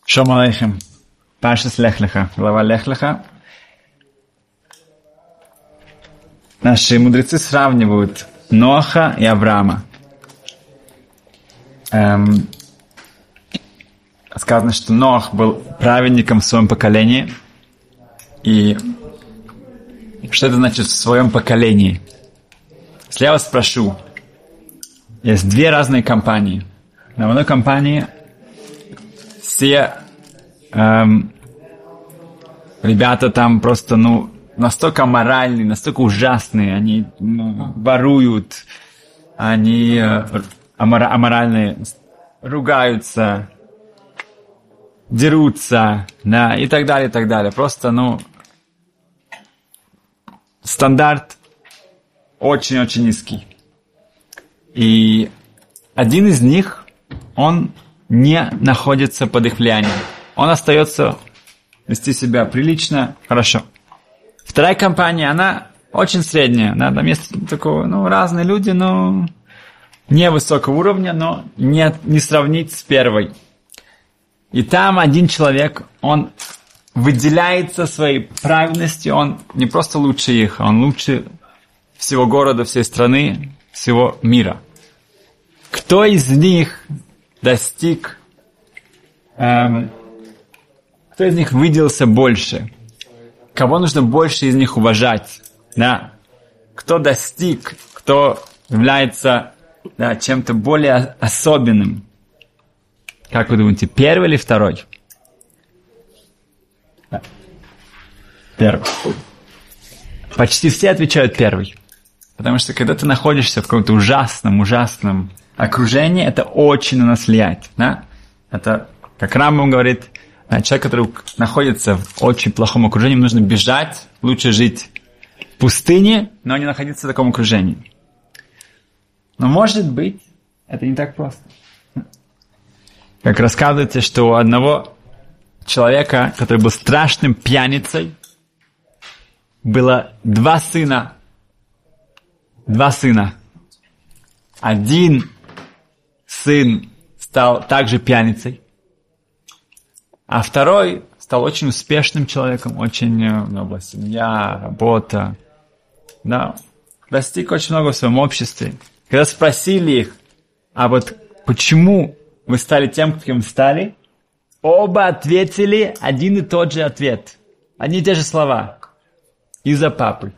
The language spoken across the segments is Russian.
Шалом алейхим. Паршас Лех Леха, глава Лех Леха. Наши мудрецы сравнивают Ноаха и Авраама. Сказано, что Ноах был праведником в своем поколении. И что это значит в своем поколении? Если я вас спрошу, есть две разные компании. На одной компании все ребята там просто, настолько аморальные, настолько ужасные, они воруют, они аморальные, ругаются, дерутся, да, и так далее, и так далее. Просто, стандарт очень-очень низкий. И один из них, он не находится под их влиянием. Он остается вести себя прилично, хорошо. Вторая компания, она очень средняя. Да, там есть такого, разные люди, но не высокого уровня, но не сравнить с первой. И там один человек, он выделяется своей праведностью, он не просто лучше их, он лучше всего города, всей страны, всего мира. Кто из них достиг, кто из них выделился больше? Кого нужно больше из них уважать? Да? Кто достиг, кто является чем-то более особенным? Как вы думаете, первый или второй? Да. Первый. Почти все отвечают первый. Потому что когда ты находишься в каком-то ужасном окружении, это очень на нас влияет. Да? Это, как Рамбам говорит, человек, который находится в очень плохом окружении, нужно бежать, лучше жить в пустыне, но не находиться в таком окружении. Но может быть, это не так просто. Как рассказывается, что у одного человека, который был страшным пьяницей, было два сына. Один сын стал также пьяницей, а второй стал очень успешным человеком, очень была семья, работа, да, достиг очень много в своем обществе. Когда спросили их, а вот почему вы стали тем, каким стали, оба ответили один и тот же ответ, одни и те же слова. Из-за папы.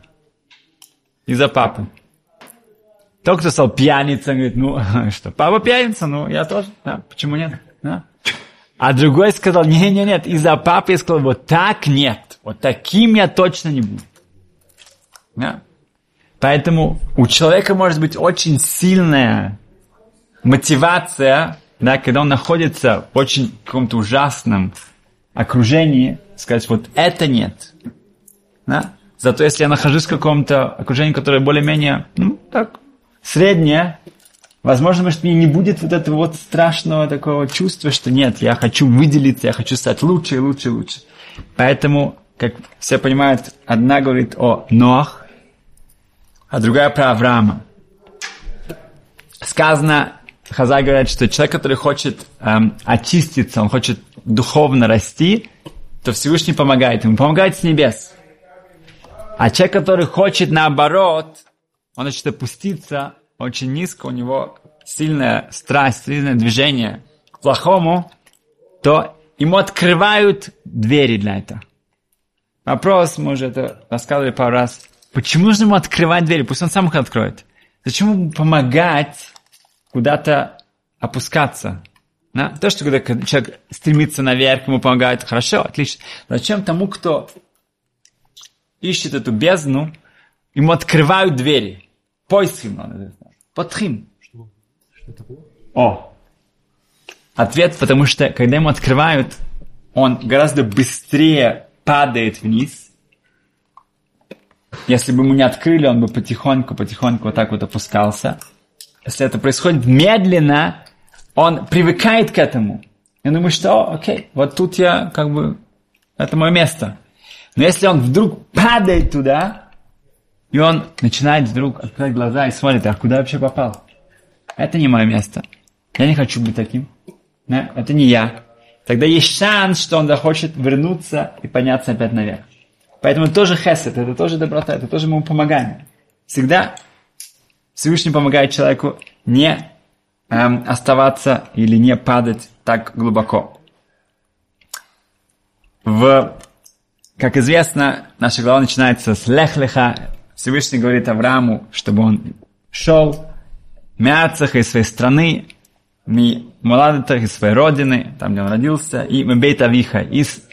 Тот, кто стал пьяницей, говорит, что, папа пьяница, я тоже, да, почему нет, да. А другой сказал, нет, из-за папы я сказал, вот так нет, вот таким я точно не буду. Да? Поэтому у человека может быть очень сильная мотивация, да, когда он находится в очень каком-то ужасном окружении, сказать, вот это нет. Да? Зато если я нахожусь в каком-то окружении, которое более-менее, среднее, возможно, может, мне не будет вот этого вот страшного такого чувства, что нет, я хочу выделиться, я хочу стать лучше и лучше и лучше. Поэтому, как все понимают, одна говорит о Ноах, а другая про Авраама. Сказано, Хазаль говорит, что человек, который хочет очиститься, он хочет духовно расти, то Всевышний помогает ему, помогает с небес. А человек, который хочет наоборот, он хочет опуститься очень низко, у него сильная страсть, сильное движение к плохому, то ему открывают двери для этого. Вопрос, мы уже это рассказывали пару раз. Почему нужно ему открывать двери? Пусть он сам их откроет. Зачем ему помогать куда-то опускаться? Да? То, что когда человек стремится наверх, ему помогают, хорошо, отлично. Зачем тому, кто ищет эту бездну, ему открывают двери? Поисхим надо. Подхим. Что такое? Ответ, потому что, когда ему открывают, он гораздо быстрее падает вниз. Если бы ему не открыли, он бы потихоньку вот так вот опускался. Если это происходит медленно, он привыкает к этому. Я думаю, что, окей, вот тут я, это мое место. Но если он вдруг падает туда, и он начинает вдруг открывать глаза и смотрит, а куда я вообще попал? Это не мое место. Я не хочу быть таким. Да? Это не я. тогда есть шанс, что он захочет вернуться и подняться опять наверх. Поэтому тоже хесед, это тоже доброта, это тоже ему помогание. Всегда Всевышний помогает человеку не оставаться или не падать так глубоко. Как известно, наша глава начинается с лех-леха. Всевышний говорит Аврааму, чтобы он шел мярцах из своей страны, Моладетах из своей родины, там, где он родился, и Бейт Авиха, из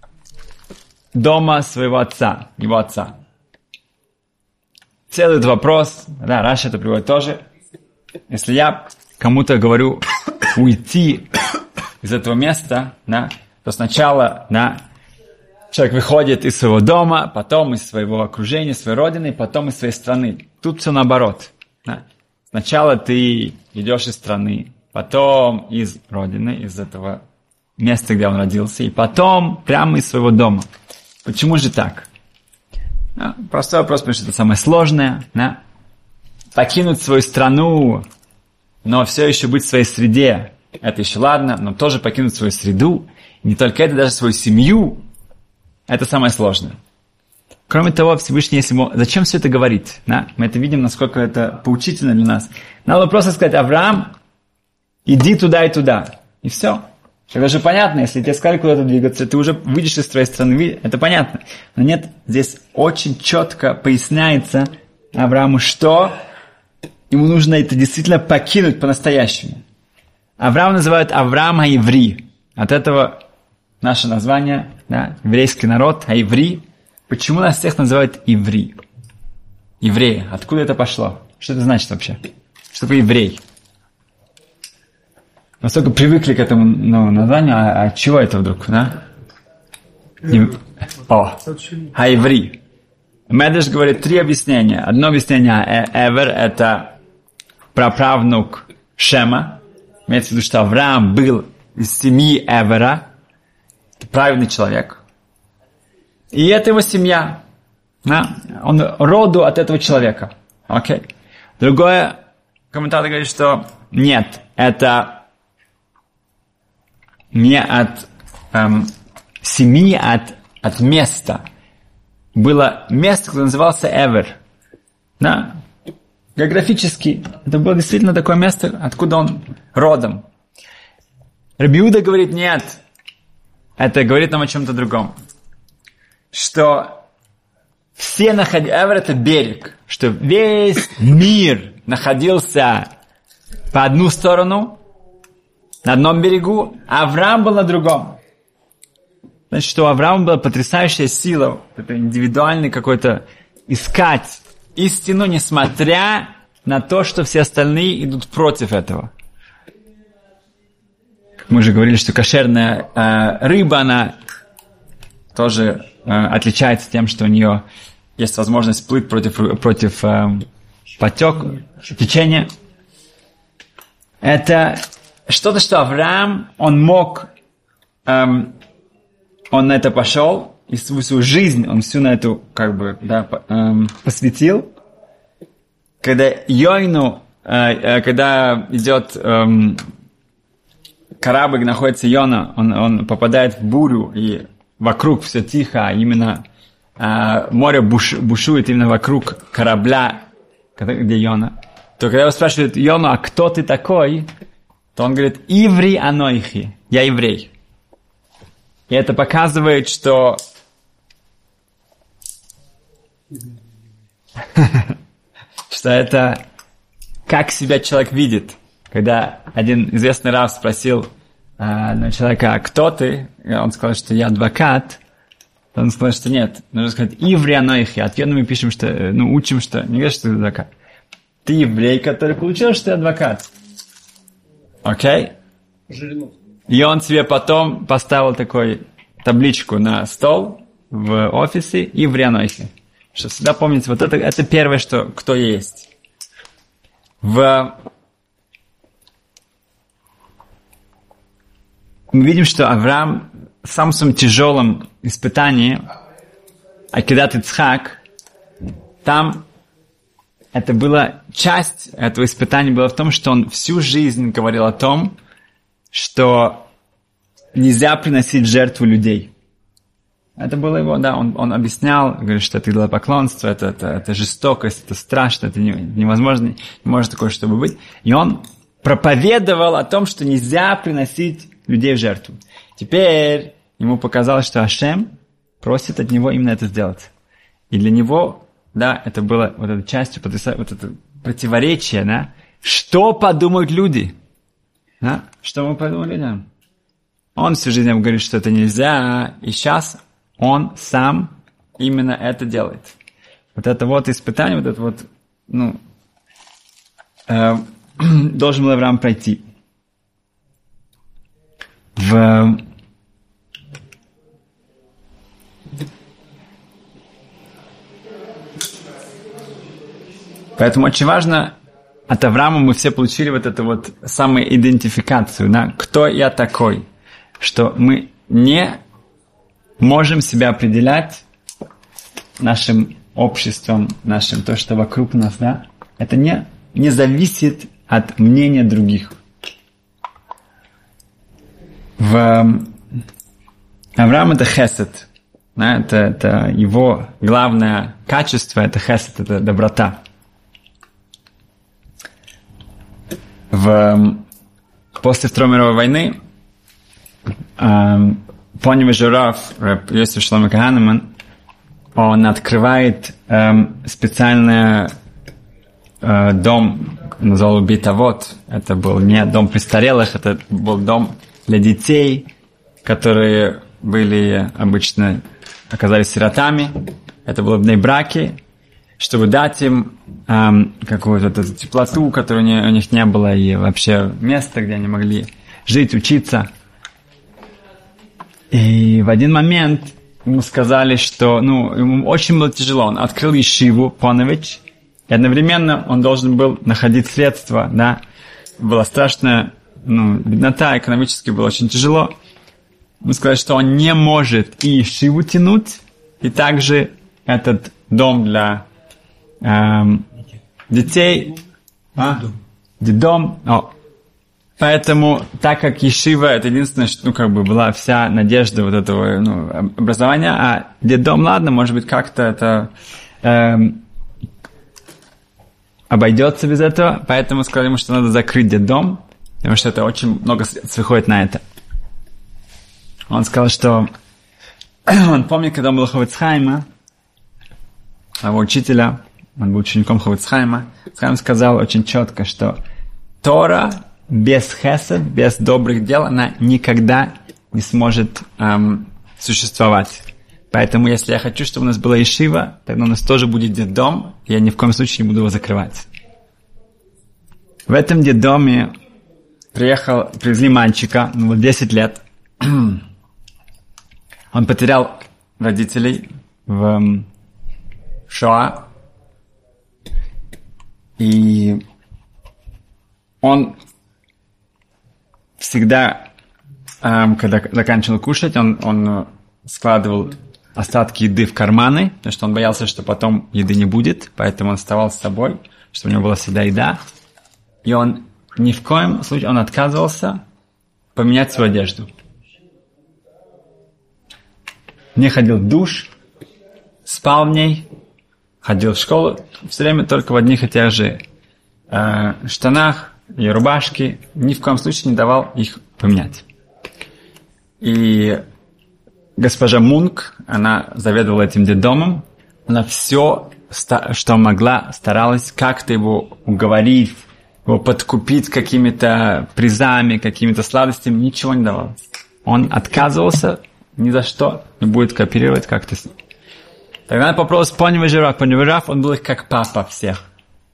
дома своего отца, его отца. Целый этот вопрос, да, Раши это приводит тоже. Если я кому-то говорю уйти из этого места, да, то сначала, да, человек выходит из своего дома, потом из своего окружения, своей родины, потом из своей страны. Тут все наоборот. Да. Сначала ты идешь из страны, потом из родины, из этого места, где он родился, и потом прямо из своего дома. Почему же так? Да, простой вопрос, потому что это самое сложное. Да? Покинуть свою страну, но все еще быть в своей среде, это еще ладно, но тоже покинуть свою среду, не только это, даже свою семью, это самое сложное. Кроме того, Всевышний, если ему... Зачем все это говорить? Да? Мы это видим, насколько это поучительно для нас. Надо просто сказать: Авраам, иди туда и туда. И все. Это же понятно, если тебе сказали куда-то двигаться, ты уже выйдешь из твоей страны, это понятно. Но нет, здесь очень четко поясняется Аврааму, что ему нужно это действительно покинуть по-настоящему. Авраам называют Авраам Хаиври. От этого наше название, да, еврейский народ, Хаиври. Почему нас всех называют Иври? Евреи. Откуда это пошло? Что это значит вообще? Что такое еврей? Настолько привыкли к этому названию, а от чего это вдруг, да? Хаиври. Медреш говорит 3 объяснения. Одно объяснение: Эвер – это праправнук Шема. Имеется в виду, что Авраам был из семьи Эвера. Это праведный человек. И это его семья. Да? Он роду от этого человека. Окей. Другое, комментатор говорит, что нет, это не от семьи, от места. Было место, которое назывался Эвер. Да? Географически это было действительно такое место, откуда он родом. Раби Иуда говорит: нет, это говорит нам о чем-то другом. Что все Эвер — это берег, что весь мир находился по одну сторону, на одном берегу, а Авраам был на другом. Значит, что у Авраама была потрясающая сила, это индивидуальный какой-то, искать истину, несмотря на то, что все остальные идут против этого. Мы же говорили, что кошерная рыба, она тоже отличается тем, что у нее есть возможность плыть против течения. Это что-то, что Авраам, он мог, он на это пошел, и свою жизнь он всю на эту, как бы, да, посвятил. Когда Йойну, когда идет корабль, находится Йона, он попадает в бурю, и вокруг все тихо, а именно море бушует именно вокруг корабля, где Йона. То когда его спрашивают Йону: а кто ты такой? То он говорит: Иври анойхи, я еврей. И это показывает, что это как себя человек видит. Когда один известный рав спросил человека: а кто ты? И он сказал, что я адвокат. Он сказал, что нет. Нужно сказать Иври анойхи. Ответ мы пишем, что, учим, что не говоришь, что ты адвокат. Ты еврей, который получил, что ты адвокат. Окей? И он себе потом поставил такую табличку на стол в офисе и в Рианойсе. Что всегда помните, вот это первое, что кто есть. Мы видим, что Авраам в самом своем тяжелом испытании, Акидат Ицхак, там это была часть этого испытания была в том, что он всю жизнь говорил о том, что нельзя приносить жертву людей. Это было его, да, он объяснял, говорит, что это идолопоклонство, это жестокость, это страшно, это невозможно, не может такое, чтобы быть. И он проповедовал о том, что нельзя приносить людей в жертву. Теперь ему показалось, что Ашем просит от него именно это сделать. И для него, да, это было вот этой частью, вот это противоречие, да, что подумают люди, да, что мы подумаем людям. Он всю жизнь говорит, что это нельзя, и сейчас он сам именно это делает. Вот это вот испытание, вот это вот, должен был Авраам пройти. Поэтому очень важно, от Авраама мы все получили вот эту вот самоидентификацию, да, кто я такой, что мы не можем себя определять нашим обществом, нашим, то, что вокруг нас, да, это не зависит от мнения других. Авраам это хесед, да, это его главное качество, это хесед, это доброта. После Второй мировой войны Поневый Жираф, Йосиф Шломо Каганеман, он открывает специальный дом, назвал Бейтавот. Это был не дом престарелых, это был дом для детей, которые были обычно, оказались сиротами. Это было в браке, чтобы дать им какую-то эту теплоту, которой у них не было, и вообще место, где они могли жить, учиться. И в один момент ему сказали, что ему очень было тяжело. Он открыл ешиву, Понович, и одновременно он должен был находить средства, да. Была страшная беднота, экономически было очень тяжело. Ему сказали, что он не может и ешиву тянуть, и также этот дом для детей, детдом. Поэтому, так как ешива это единственное, что была вся надежда вот этого образования, а детдом, ладно, может быть, как-то это обойдется без этого, поэтому сказали ему, что надо закрыть детдом, потому что это очень много средств выходит на это. Он сказал, что он помнит, когда он был у Хафец Хаима, его учителя, он был учеником Хафец Хаима, Хаим сказал очень четко, что Тора без хесед, без добрых дел, она никогда не сможет существовать. Поэтому, если я хочу, чтобы у нас была ешива, тогда у нас тоже будет детдом, и я ни в коем случае не буду его закрывать. В этом детдоме привезли мальчика, ему было 10 лет. Он потерял родителей в Шоа. И он всегда, когда заканчивал кушать, он складывал остатки еды в карманы, потому что он боялся, что потом еды не будет, поэтому он оставался с собой, чтобы у него была всегда еда. И он ни в коем случае, он отказывался поменять свою одежду. Не ходил в душ, спал в ней, ходил в школу, все время только в одних и тех же штанах и рубашке, ни в коем случае не давал их поменять. И госпожа Мунк, она заведовала этим детдомом, она все, что могла, старалась как-то его уговорить, его подкупить какими-то призами, какими-то сладостями, ничего не давала. Он отказывался, ни за что не будет кооперировать как-то с ним. Тогда она попробовала Поневый Жираф, он был как папа всех.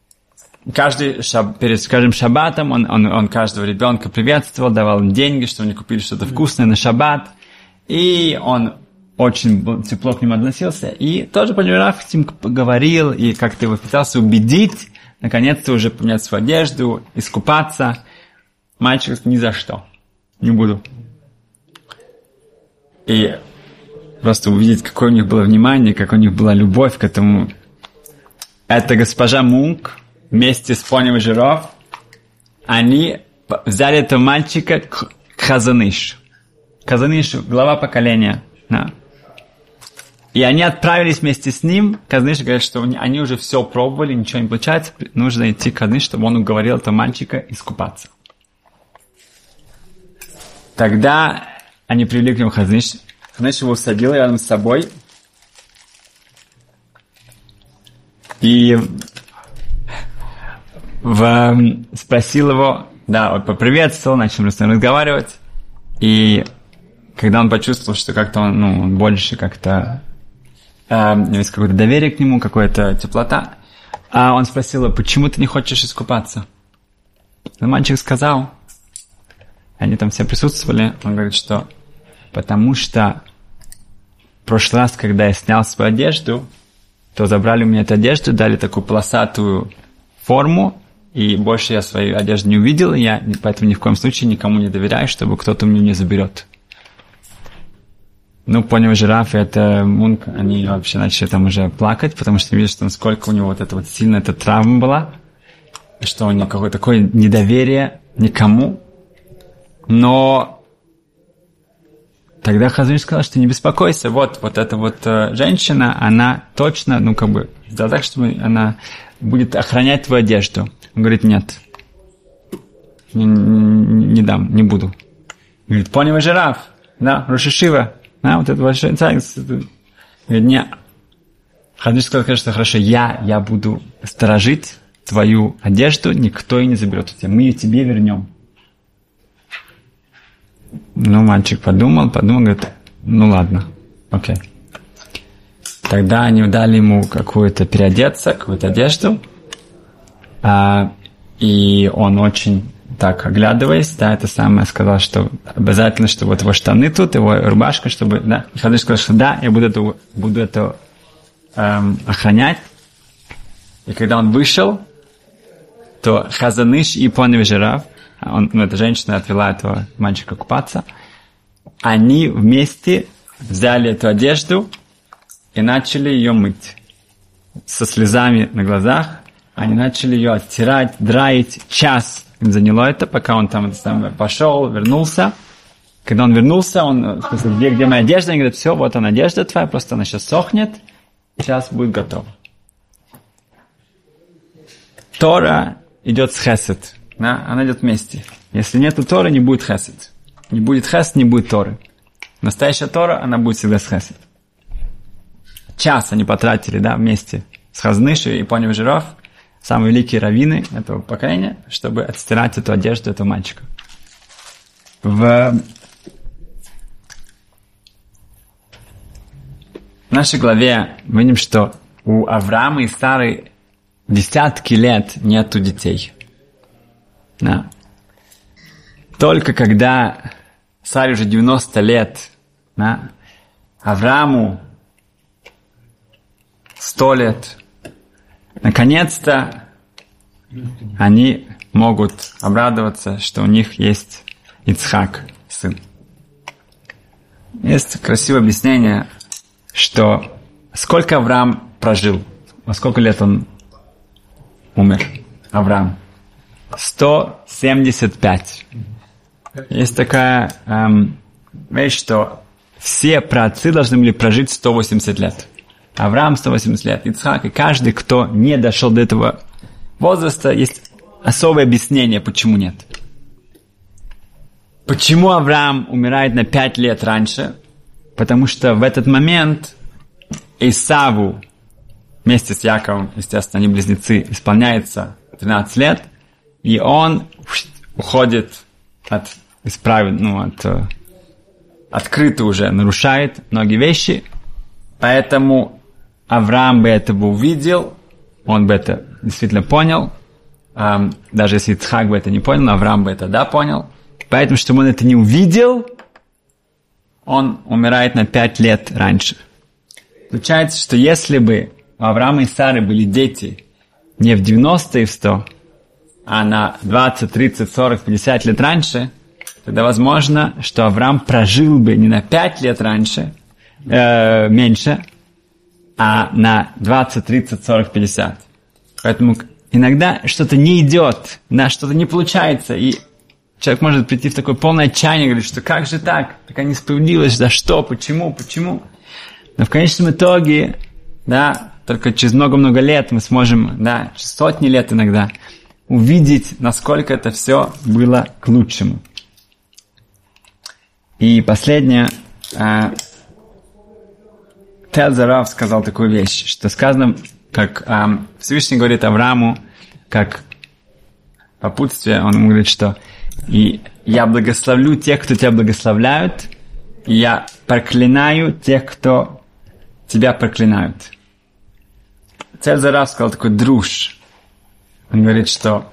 Перед каждым шаббатом он каждого ребенка приветствовал, давал им деньги, чтобы они купили что-то вкусное на шаббат. И он очень тепло к ним относился. И тоже Поневый Жираф с ним говорил и как-то его пытался убедить, наконец-то уже поменять свою одежду, искупаться. Мальчик говорит, ни за что, не буду. И просто увидеть, какое у них было внимание, какая у них была любовь к этому. Это госпожа Мунк вместе с Поневый Жираф, они взяли этого мальчика к Хазаныш. Казанышу, глава поколения. Да. И они отправились вместе с ним. Казаныш говорит, что они уже все пробовали, ничего не получается. Нужно идти к Казанышу, чтобы он уговорил этого мальчика искупаться. Тогда они привели к нему Казаныш. Казаныш его усадил рядом с собой. И спросил его, да, вот поприветствовал, начал с ним разговаривать. И когда он почувствовал, что как-то он больше как-то есть какое-то доверие к нему, какая-то теплота, он спросил его, почему ты не хочешь искупаться? Но мальчик сказал, они там все присутствовали, он говорит, что потому что в прошлый раз, когда я снял свою одежду, то забрали у меня эту одежду, дали такую полосатую форму, и больше я свою одежду не увидел, я поэтому ни в коем случае никому не доверяю, чтобы кто-то мне не заберет. Понял жираф и это Мунк, они вообще начали там уже плакать, потому что видишь, что насколько у него вот эта вот сильная эта травма была, что у него какое-то такое недоверие никому. Но тогда Хазаныш сказал, что не беспокойся, вот эта вот женщина, она точно, сделала так, чтобы она будет охранять твою одежду. Он говорит, нет, не дам, не буду. Говорит, понял жираф, да, Рош ха-Йешива, да, вот это большой царь. Говорит, нет. Хазаныш сказал, что хорошо, я буду сторожить твою одежду, никто и не заберет у тебя, мы ее тебе вернем. Мальчик подумал, говорит, ладно, окей. Тогда они дали ему какую-то переодеться, какую-то одежду, и он очень так оглядываясь, да, это самое сказал, что обязательно, что вот его штаны тут, его рубашка, чтобы, да, и Хазаныш сказал, что да, я буду это охранять. И когда он вышел, то Хазаныш и Понев жираф, эта женщина отвела этого мальчика купаться, они вместе взяли эту одежду и начали ее мыть. Со слезами на глазах они начали ее оттирать, драить. Час им заняло это, пока он там пошел, вернулся. Когда он вернулся, он спросил, где моя одежда? Они говорят, все, вот она одежда твоя, просто она сейчас сохнет, сейчас будет готова. Тора идет с хесед. Да, она идет вместе. Если нету Торы, не будет хесед. Не будет хесед, не будет Торы. Настоящая Тора, она будет всегда с хесед. Час они потратили, да, вместе с Хазнышей и Понев жираф, самые великие раввины этого поколения, чтобы отстирать эту одежду этого мальчика. В нашей главе мы видим, что у Авраама и Сары десятки лет нету детей. Да. Только когда Саре уже 90 лет, да, Аврааму 100 лет, наконец-то они могут обрадоваться, что у них есть Ицхак, сын. Есть красивое объяснение, что сколько Авраам прожил, во сколько лет он умер, Авраам? 175. Есть такая вещь, что все праотцы должны были прожить 180 лет. Авраам 180 лет, Ицхак, и каждый, кто не дошел до этого возраста, есть особое объяснение, почему нет. Почему Авраам умирает на 5 лет раньше? Потому что в этот момент Исаву вместе с Яковом, естественно, они близнецы, исполняется 13 лет, и он уходит открыто уже нарушает многие вещи, поэтому Авраам бы это увидел, он бы это действительно понял, даже если Ицхак бы это не понял, но Авраам бы это понял, поэтому, чтобы он это не увидел, он умирает на 5 лет раньше. Получается, что если бы у Авраама и Сары были дети не в 90 и в 100, а на 20, 30, 40, 50 лет раньше, тогда возможно, что Авраам прожил бы не на 5 лет раньше, меньше, а на 20, 30, 40, 50. Поэтому иногда что-то не идет, что-то не получается, и человек может прийти в такое полное отчаяние, говорит, что как же так? Такая несправедливость, за что, почему? Но в конечном итоге, да, только через много-много лет мы сможем, да, через сотни лет иногда, увидеть, насколько это все было к лучшему. И последнее, Телзер Рав сказал такую вещь, что сказано, как Всевышний говорит Аврааму, как попутствие, он ему говорит, что «И я благословлю тех, кто тебя благословляют, и я проклинаю тех, кто тебя проклинают». Телзер Рав сказал такой друж. Он говорит, что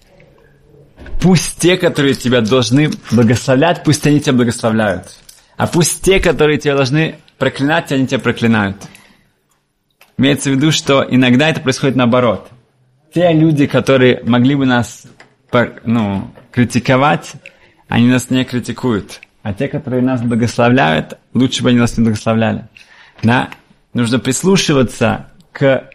пусть те, которые тебя должны благословлять, пусть они тебя благословляют. А пусть те, которые тебя должны проклинать, они тебя проклинают. Имеется в виду, что иногда это происходит наоборот. Те люди, которые могли бы нас критиковать, они нас не критикуют. А те, которые нас благословляют, лучше бы они нас не благословляли. Да? Нужно прислушиваться к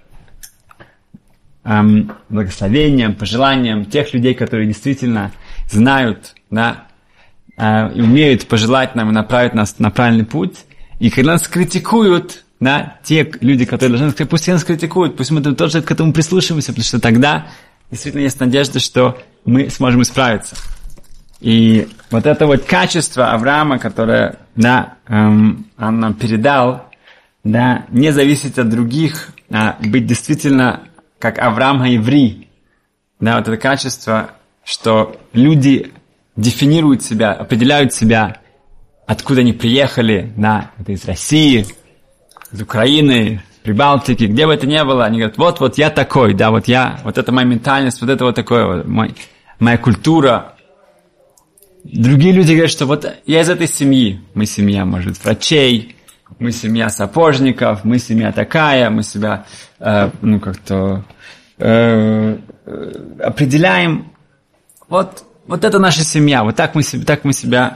благословениям, пожеланиям тех людей, которые действительно знают, да, и умеют пожелать нам и направить нас на правильный путь. И когда нас критикуют, да, те люди, которые должны сказать, пусть нас критикуют, пусть мы тоже к этому прислушиваемся, потому что тогда действительно есть надежда, что мы сможем исправиться. И вот это вот качество Авраама, которое, да, он нам передал, да, не зависит от других, а быть действительно как Авраам Гаеври. Да, вот это качество, что люди дефинируют себя, определяют себя, откуда они приехали, да, это из России, из Украины, Прибалтики, где бы это ни было, они говорят, вот я такой, да, вот это моя ментальность, вот это вот такое, моя культура. Другие люди говорят, что вот я из этой семьи, мы семья, может, врачей, мы семья сапожников, мы семья такая, мы себя, определяем, вот это наша семья, вот так мы себя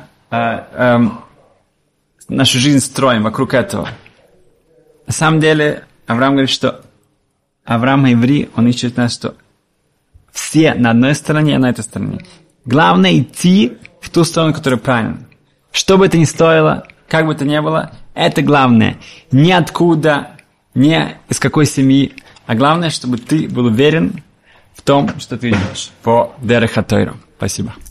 нашу жизнь строим вокруг этого. На самом деле, Авраам говорит, что Авраам Гаеври, он ищет нас, что все на одной стороне, а на этой стороне. Главное идти в ту сторону, которая правильная. Что бы это ни стоило, как бы это ни было, это главное. Ни откуда, ни из какой семьи, а главное, чтобы ты был уверен в том, что ты идешь по Дерех ха-Тойра. Спасибо.